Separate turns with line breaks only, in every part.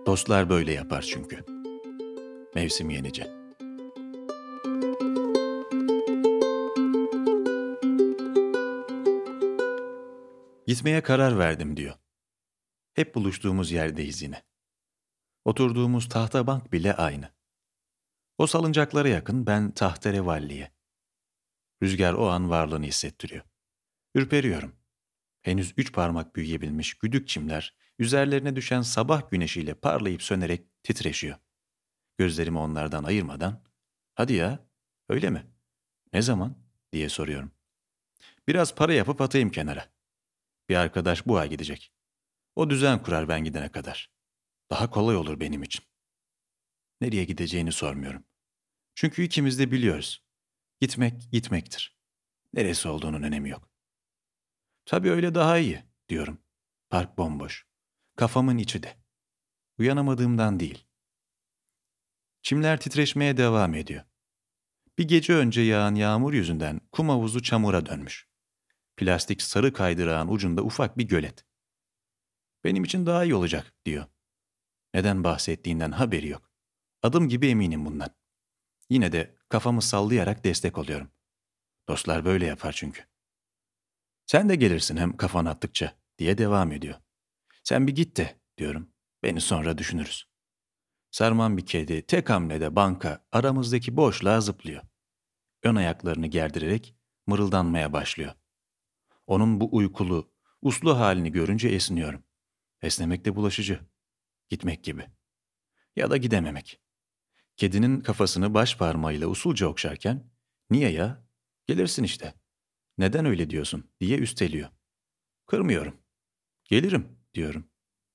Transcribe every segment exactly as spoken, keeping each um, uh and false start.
Dostlar böyle yapar çünkü. Mevsim Yenice. Gitmeye karar verdim diyor. Hep buluştuğumuz yerdeyiz yine. Oturduğumuz tahta bank bile aynı. O salıncaklara yakın, ben tahterevalliye. Rüzgar o an varlığını hissettiriyor. Ürperiyorum. Henüz üç parmak büyüyebilmiş güdük çimler, üzerlerine düşen sabah güneşiyle parlayıp sönerek titreşiyor. Gözlerimi onlardan ayırmadan, "Hadi ya, öyle mi? Ne zaman?" diye soruyorum. "Biraz para yapıp atayım kenara. Bir arkadaş bu ay gidecek. O düzen kurar ben gidene kadar. Daha kolay olur benim için." Nereye gideceğini sormuyorum. Çünkü ikimiz de biliyoruz. Gitmek gitmektir. Neresi olduğunun önemi yok. "Tabii öyle daha iyi," diyorum. Park bomboş. Kafamın içi de. Uyanamadığımdan değil. Çimler titreşmeye devam ediyor. Bir gece önce yağan yağmur yüzünden kum havuzu çamura dönmüş. Plastik sarı kaydırağın ucunda ufak bir gölet. "Benim için daha iyi olacak," diyor. Neden bahsettiğinden haberi yok. Adım gibi eminim bundan. Yine de kafamı sallayarak destek oluyorum. Dostlar böyle yapar çünkü. "Sen de gelirsin hem kafan attıkça," diye devam ediyor. "Sen bir git de," diyorum. "Beni sonra düşünürüz." Sarman bir kedi tek hamlede banka aramızdaki boşluğa zıplıyor. Ön ayaklarını gerdirerek mırıldanmaya başlıyor. Onun bu uykulu, uslu halini görünce esniyorum. Esnemek de bulaşıcı. Gitmek gibi. Ya da gidememek. Kedinin kafasını baş parmağıyla usulca okşarken, "Niye ya? Gelirsin işte. Neden öyle diyorsun?" diye üsteliyor. Kırmıyorum. "Gelirim," diyorum.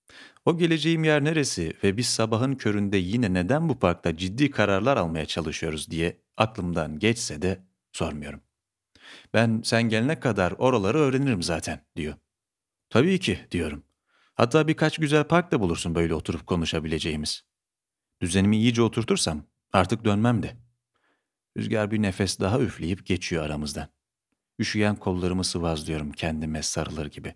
O geleceğim yer neresi ve biz sabahın köründe yine neden bu parkta ciddi kararlar almaya çalışıyoruz diye aklımdan geçse de sormuyorum. "Ben sen gelene kadar oraları öğrenirim zaten," diyor. "Tabii ki," diyorum. "Hatta birkaç güzel park da bulursun böyle oturup konuşabileceğimiz. Düzenimi iyice oturtursam artık dönmem de." Rüzgar bir nefes daha üfleyip geçiyor aramızdan. Üşüyen kollarımı sıvazlıyorum kendime sarılır gibi.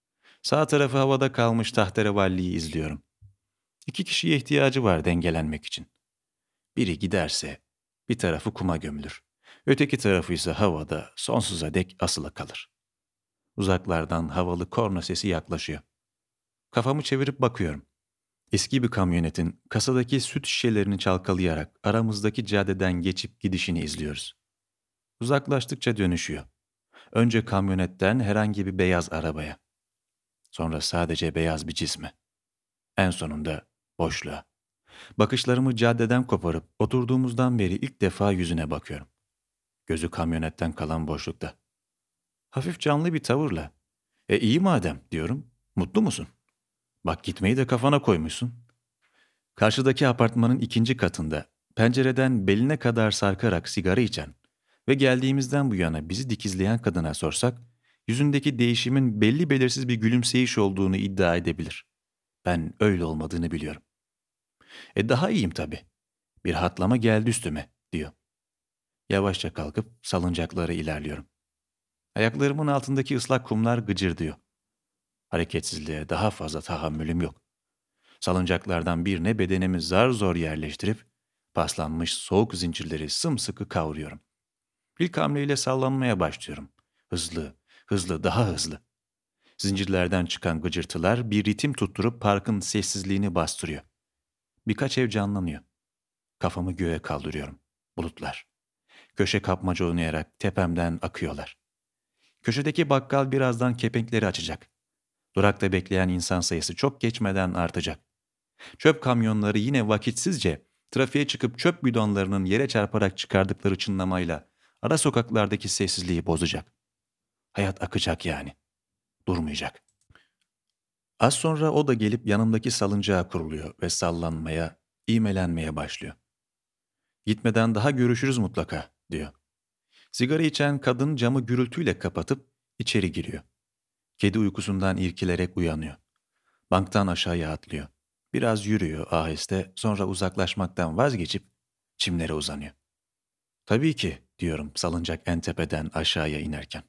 Sağ tarafı havada kalmış tahterevalliyi izliyorum. İki kişiye ihtiyacı var dengelenmek için. Biri giderse bir tarafı kuma gömülür. Öteki tarafı ise havada sonsuza dek asılı kalır. Uzaklardan havalı korna sesi yaklaşıyor. Kafamı çevirip bakıyorum. Eski bir kamyonetin kasadaki süt şişelerini çalkalayarak aramızdaki caddeden geçip gidişini izliyoruz. Uzaklaştıkça dönüşüyor. Önce kamyonetten herhangi bir beyaz arabaya. Sonra sadece beyaz bir cisme. En sonunda boşluğa. Bakışlarımı caddeden koparıp oturduğumuzdan beri ilk defa yüzüne bakıyorum. Gözü kamyonetten kalan boşlukta. Hafif canlı bir tavırla, "E iyi madem," diyorum. "Mutlu musun? Bak gitmeyi de kafana koymuşsun." Karşıdaki apartmanın ikinci katında pencereden beline kadar sarkarak sigara içen ve geldiğimizden bu yana bizi dikizleyen kadına sorsak, yüzündeki değişimin belli belirsiz bir gülümseyiş olduğunu iddia edebilir. Ben öyle olmadığını biliyorum. "E daha iyiyim tabii. Bir hatlama geldi üstüme," diyor. Yavaşça kalkıp salıncaklara ilerliyorum. Ayaklarımın altındaki ıslak kumlar gıcırdıyor. Hareketsizliğe daha fazla tahammülüm yok. Salıncaklardan birine bedenimi zar zor yerleştirip paslanmış soğuk zincirleri sımsıkı kavruyorum. İlk hamleyle sallanmaya başlıyorum. Hızlı, hızlı, daha hızlı. Zincirlerden çıkan gıcırtılar bir ritim tutturup parkın sessizliğini bastırıyor. Birkaç ev canlanıyor. Kafamı göğe kaldırıyorum. Bulutlar. Köşe kapmaca oynayarak tepemden akıyorlar. Köşedeki bakkal birazdan kepenkleri açacak. Durakta bekleyen insan sayısı çok geçmeden artacak. Çöp kamyonları yine vakitsizce trafiğe çıkıp çöp bidonlarının yere çarparak çıkardıkları çınlamayla ara sokaklardaki sessizliği bozacak. Hayat akacak yani. Durmayacak. Az sonra o da gelip yanımdaki salıncağa kuruluyor ve sallanmaya, iğmelenmeye başlıyor. "Gitmeden daha görüşürüz mutlaka," diyor. Sigara içen kadın camı gürültüyle kapatıp içeri giriyor. Kedi uykusundan irkilerek uyanıyor. Banktan aşağıya atlıyor. Biraz yürüyor aheste, sonra uzaklaşmaktan vazgeçip çimlere uzanıyor. "Tabii ki," diyorum salıncak en tepeden aşağıya inerken.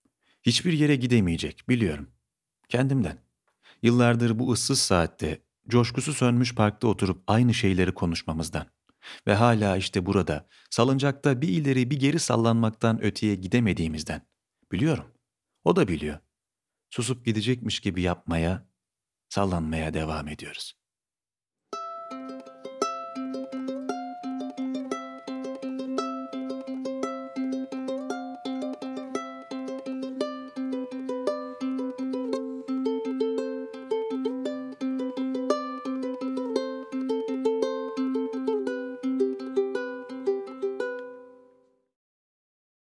Hiçbir yere gidemeyecek, biliyorum. Kendimden. Yıllardır bu ıssız saatte coşkusu sönmüş parkta oturup aynı şeyleri konuşmamızdan ve hala işte burada, salıncakta bir ileri bir geri sallanmaktan öteye gidemediğimizden. Biliyorum. O da biliyor. Susup gidecekmiş gibi yapmaya, sallanmaya devam ediyoruz.